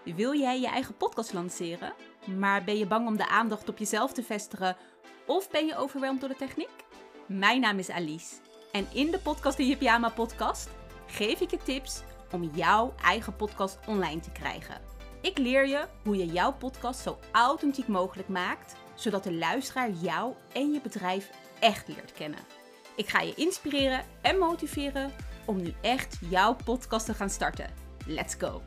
Wil jij je eigen podcast lanceren, maar ben je bang om de aandacht op jezelf te vestigen of ben je overweldigd door de techniek? Mijn naam is Alice en in de Podcast in je Pyjama podcast geef ik je tips om jouw eigen podcast online te krijgen. Ik leer je hoe je jouw podcast zo authentiek mogelijk maakt, zodat de luisteraar jou en je bedrijf echt leert kennen. Ik ga je inspireren en motiveren om nu echt jouw podcast te gaan starten. Let's go!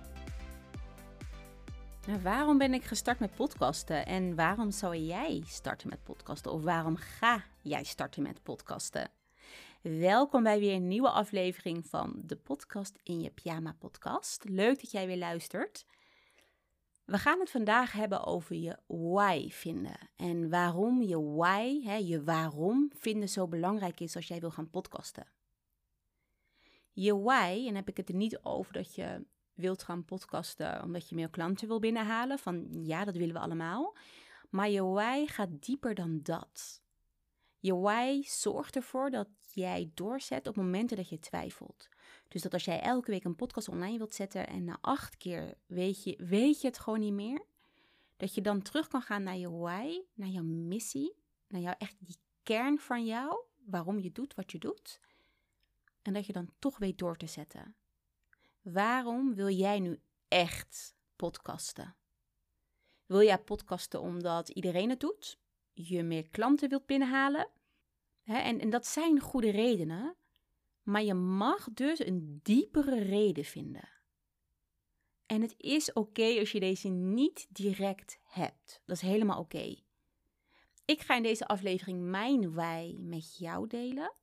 Nou, waarom ben ik gestart met podcasten en waarom zou jij starten met podcasten of waarom ga jij starten met podcasten? Welkom bij weer een nieuwe aflevering van de Podcast in je Pyjama podcast. Leuk dat jij weer luistert. We gaan het vandaag hebben over je why vinden en waarom je why, je waarom vinden zo belangrijk is als jij wil gaan podcasten. Je why, en dan heb ik het er niet over dat je wilt gaan podcasten omdat je meer klanten wil binnenhalen, van ja, dat willen we allemaal. Maar je why gaat dieper dan dat. Je why zorgt ervoor dat jij doorzet op momenten dat je twijfelt. Dus dat als jij elke week een podcast online wilt zetten en na 8 keer weet je het gewoon niet meer, dat je dan terug kan gaan naar je why, naar jouw missie, naar jouw echt die kern van jou, waarom je doet wat je doet. En dat je dan toch weet door te zetten. Waarom wil jij nu echt podcasten? Wil jij podcasten omdat iedereen het doet? Je meer klanten wilt binnenhalen? En dat zijn goede redenen. Maar je mag dus een diepere reden vinden. En het is oké als je deze niet direct hebt. Dat is helemaal oké. Ik ga in deze aflevering mijn why met jou delen.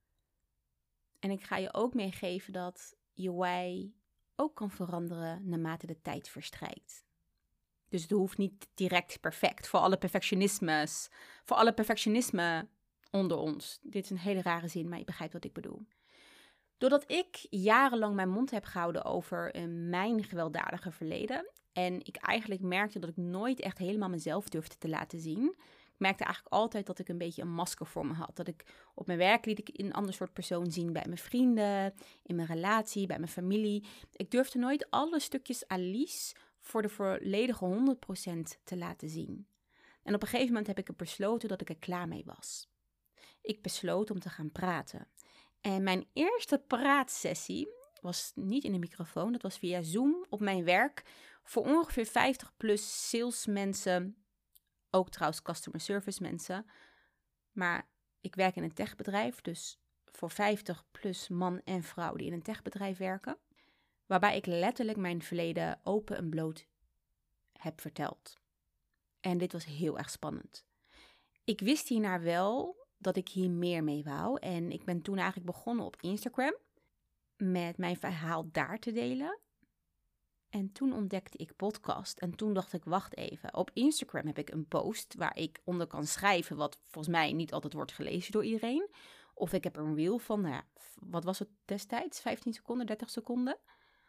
En ik ga je ook meegeven dat je why ook kan veranderen naarmate de tijd verstrijkt. Dus het hoeft niet direct perfect voor alle perfectionisme onder ons. Dit is een hele rare zin, maar je begrijpt wat ik bedoel. Doordat ik jarenlang mijn mond heb gehouden over mijn gewelddadige verleden en ik eigenlijk merkte dat ik nooit echt helemaal mezelf durfde te laten zien. Ik merkte eigenlijk altijd dat ik een beetje een masker voor me had. Dat ik op mijn werk liet ik een ander soort persoon zien bij mijn vrienden, in mijn relatie, bij mijn familie. Ik durfde nooit alle stukjes Alice voor de volledige 100% te laten zien. En op een gegeven moment heb ik besloten dat ik er klaar mee was. Ik besloot om te gaan praten. En mijn eerste praatsessie was niet in de microfoon, dat was via Zoom op mijn werk voor ongeveer 50 plus salesmensen. Ook trouwens customer service mensen. Maar ik werk in een techbedrijf, dus voor 50 plus man en vrouw die in een techbedrijf werken. Waarbij ik letterlijk mijn verleden open en bloot heb verteld. En dit was heel erg spannend. Ik wist hierna wel dat ik hier meer mee wou. En ik ben toen eigenlijk begonnen op Instagram met mijn verhaal daar te delen. En toen ontdekte ik podcast en toen dacht ik, wacht even. Op Instagram heb ik een post waar ik onder kan schrijven wat volgens mij niet altijd wordt gelezen door iedereen. Of ik heb een reel van, wat was het destijds? 15 seconden, 30 seconden.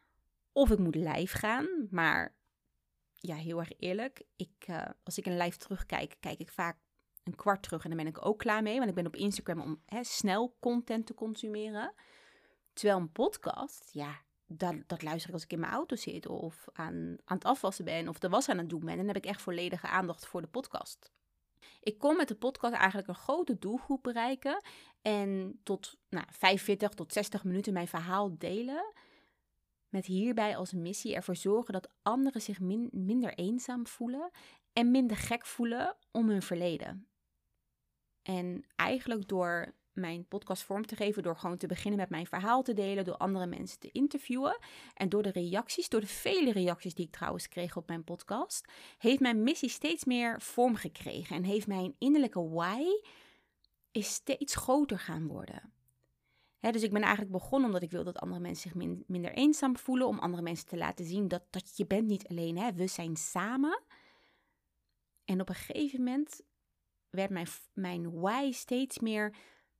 Of ik moet live gaan, maar ja, heel erg eerlijk. Als ik een live terugkijk, kijk ik vaak een kwart terug en dan ben ik ook klaar mee. Want ik ben op Instagram om snel content te consumeren. Terwijl een podcast, ja, dat luister ik als ik in mijn auto zit of aan het afwassen ben of de was aan het doen ben. En dan heb ik echt volledige aandacht voor de podcast. Ik kon met de podcast eigenlijk een grote doelgroep bereiken en tot 45 tot 60 minuten mijn verhaal delen. Met hierbij als missie ervoor zorgen dat anderen zich minder eenzaam voelen en minder gek voelen om hun verleden. En eigenlijk door mijn podcast vorm te geven, door gewoon te beginnen met mijn verhaal te delen, door andere mensen te interviewen en door de vele reacties die ik trouwens kreeg op mijn podcast, heeft mijn missie steeds meer vorm gekregen en heeft mijn innerlijke why is steeds groter gaan worden. Dus ik ben eigenlijk begonnen omdat ik wil dat andere mensen zich minder eenzaam voelen, om andere mensen te laten zien dat je bent niet alleen, we zijn samen. En op een gegeven moment werd mijn why steeds meer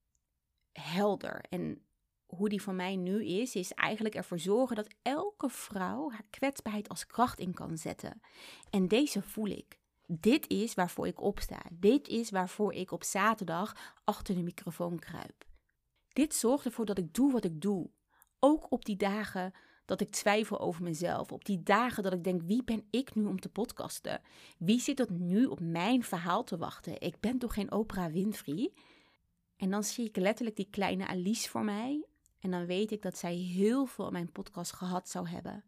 helder. En hoe die van mij nu is eigenlijk ervoor zorgen dat elke vrouw haar kwetsbaarheid als kracht in kan zetten. En deze voel ik. Dit is waarvoor ik opsta. Dit is waarvoor ik op zaterdag achter de microfoon kruip. Dit zorgt ervoor dat ik doe wat ik doe. Ook op die dagen dat ik twijfel over mezelf. Op die dagen dat ik denk, wie ben ik nu om te podcasten? Wie zit er nu op mijn verhaal te wachten? Ik ben toch geen Oprah Winfrey? En dan zie ik letterlijk die kleine Alice voor mij. En dan weet ik dat zij heel veel aan mijn podcast gehad zou hebben.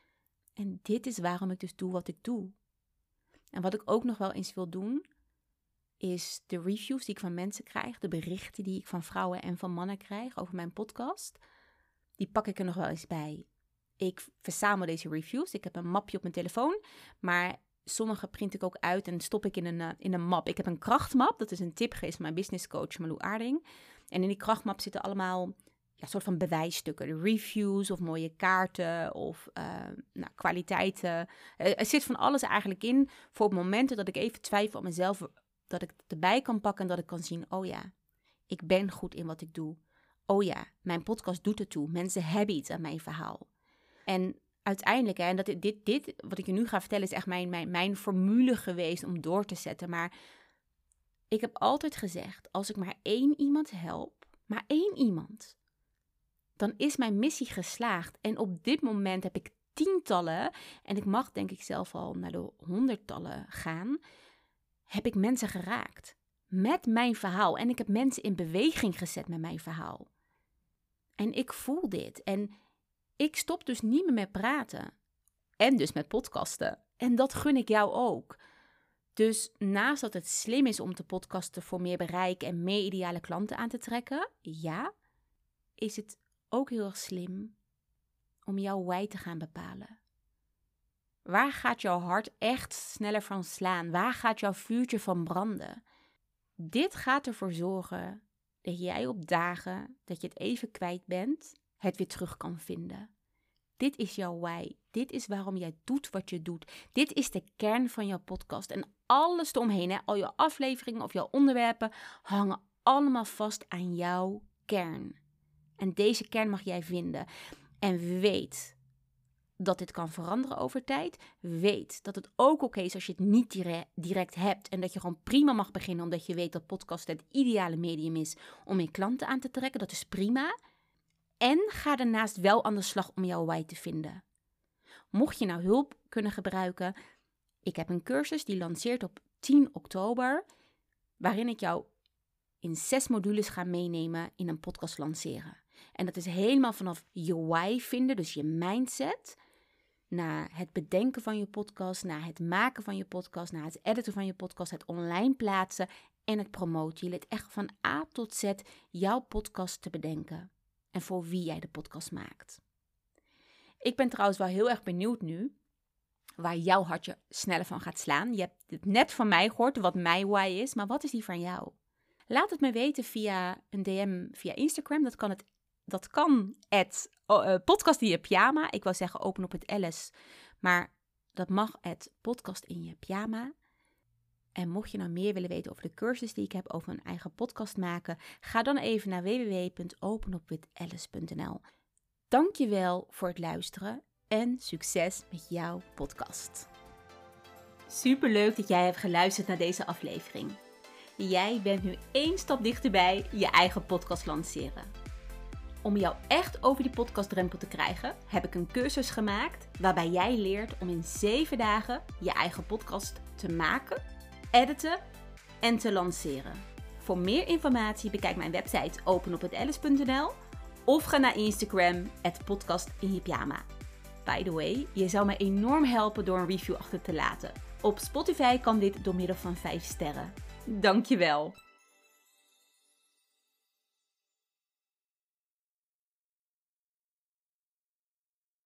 En dit is waarom ik dus doe wat ik doe. En wat ik ook nog wel eens wil doen, is de reviews die ik van mensen krijg, de berichten die ik van vrouwen en van mannen krijg over mijn podcast, die pak ik er nog wel eens bij. Ik verzamel deze reviews. Ik heb een mapje op mijn telefoon, maar sommige print ik ook uit en stop ik in een map. Ik heb een krachtmap, dat is een tip geweest van mijn businesscoach Malou Aarding. En in die krachtmap zitten allemaal soort van bewijsstukken, de reviews of mooie kaarten of kwaliteiten. Er zit van alles eigenlijk in voor momenten dat ik even twijfel aan mezelf, dat ik het erbij kan pakken en dat ik kan zien, oh ja, ik ben goed in wat ik doe. Oh ja, mijn podcast doet ertoe. Mensen hebben iets aan mijn verhaal. En uiteindelijk, en dit wat ik je nu ga vertellen, is echt mijn formule geweest om door te zetten. Maar ik heb altijd gezegd, als ik maar 1 iemand help, maar 1 iemand, dan is mijn missie geslaagd. En op dit moment heb ik tientallen, en ik mag denk ik zelf al naar de 100-tallen gaan, heb ik mensen geraakt met mijn verhaal. En ik heb mensen in beweging gezet met mijn verhaal. En ik voel dit. En ik stop dus niet meer met praten. En dus met podcasten. En dat gun ik jou ook. Dus naast dat het slim is om te podcasten voor meer bereik en meer ideale klanten aan te trekken, ja, is het ook heel erg slim om jouw why te gaan bepalen. Waar gaat jouw hart echt sneller van slaan? Waar gaat jouw vuurtje van branden? Dit gaat ervoor zorgen dat jij op dagen dat je het even kwijt bent, het weer terug kan vinden. Dit is jouw why. Dit is waarom jij doet wat je doet. Dit is de kern van jouw podcast. En alles eromheen, al je afleveringen of jouw onderwerpen, hangen allemaal vast aan jouw kern. En deze kern mag jij vinden. En weet dat dit kan veranderen over tijd. Weet dat het ook oké is als je het niet direct hebt. En dat je gewoon prima mag beginnen, omdat je weet dat podcast het ideale medium is om meer klanten aan te trekken. Dat is prima. En ga daarnaast wel aan de slag om jouw why te vinden. Mocht je nou hulp kunnen gebruiken, ik heb een cursus die lanceert op 10 oktober, waarin ik jou in 6 modules ga meenemen in een podcast lanceren. En dat is helemaal vanaf je why vinden, dus je mindset, naar het bedenken van je podcast, naar het maken van je podcast, naar het editen van je podcast, het online plaatsen en het promoten. Je leert echt van A tot Z jouw podcast te bedenken en voor wie jij de podcast maakt. Ik ben trouwens wel heel erg benieuwd nu waar jouw hartje sneller van gaat slaan. Je hebt het net van mij gehoord wat mijn why is, maar wat is die van jou? Laat het me weten via een DM via Instagram. Dat kan podcast in je pyjama. Ik wou zeggen open op het LS, maar dat mag het podcast in je pyjama. En mocht je nou meer willen weten over de cursus die ik heb over een eigen podcast maken, ga dan even naar www.openopwithalice.nl. Dank je wel voor het luisteren en succes met jouw podcast. Superleuk dat jij hebt geluisterd naar deze aflevering. Jij bent nu 1 stap dichterbij je eigen podcast lanceren. Om jou echt over die podcastdrempel te krijgen, heb ik een cursus gemaakt waarbij jij leert om in 7 dagen je eigen podcast te maken, editen en te lanceren. Voor meer informatie bekijk mijn website openopwithalice.nl of ga naar Instagram @podcastinjepyjama. By the way, je zou me enorm helpen door een review achter te laten. Op Spotify kan dit door middel van 5 sterren. Dankjewel.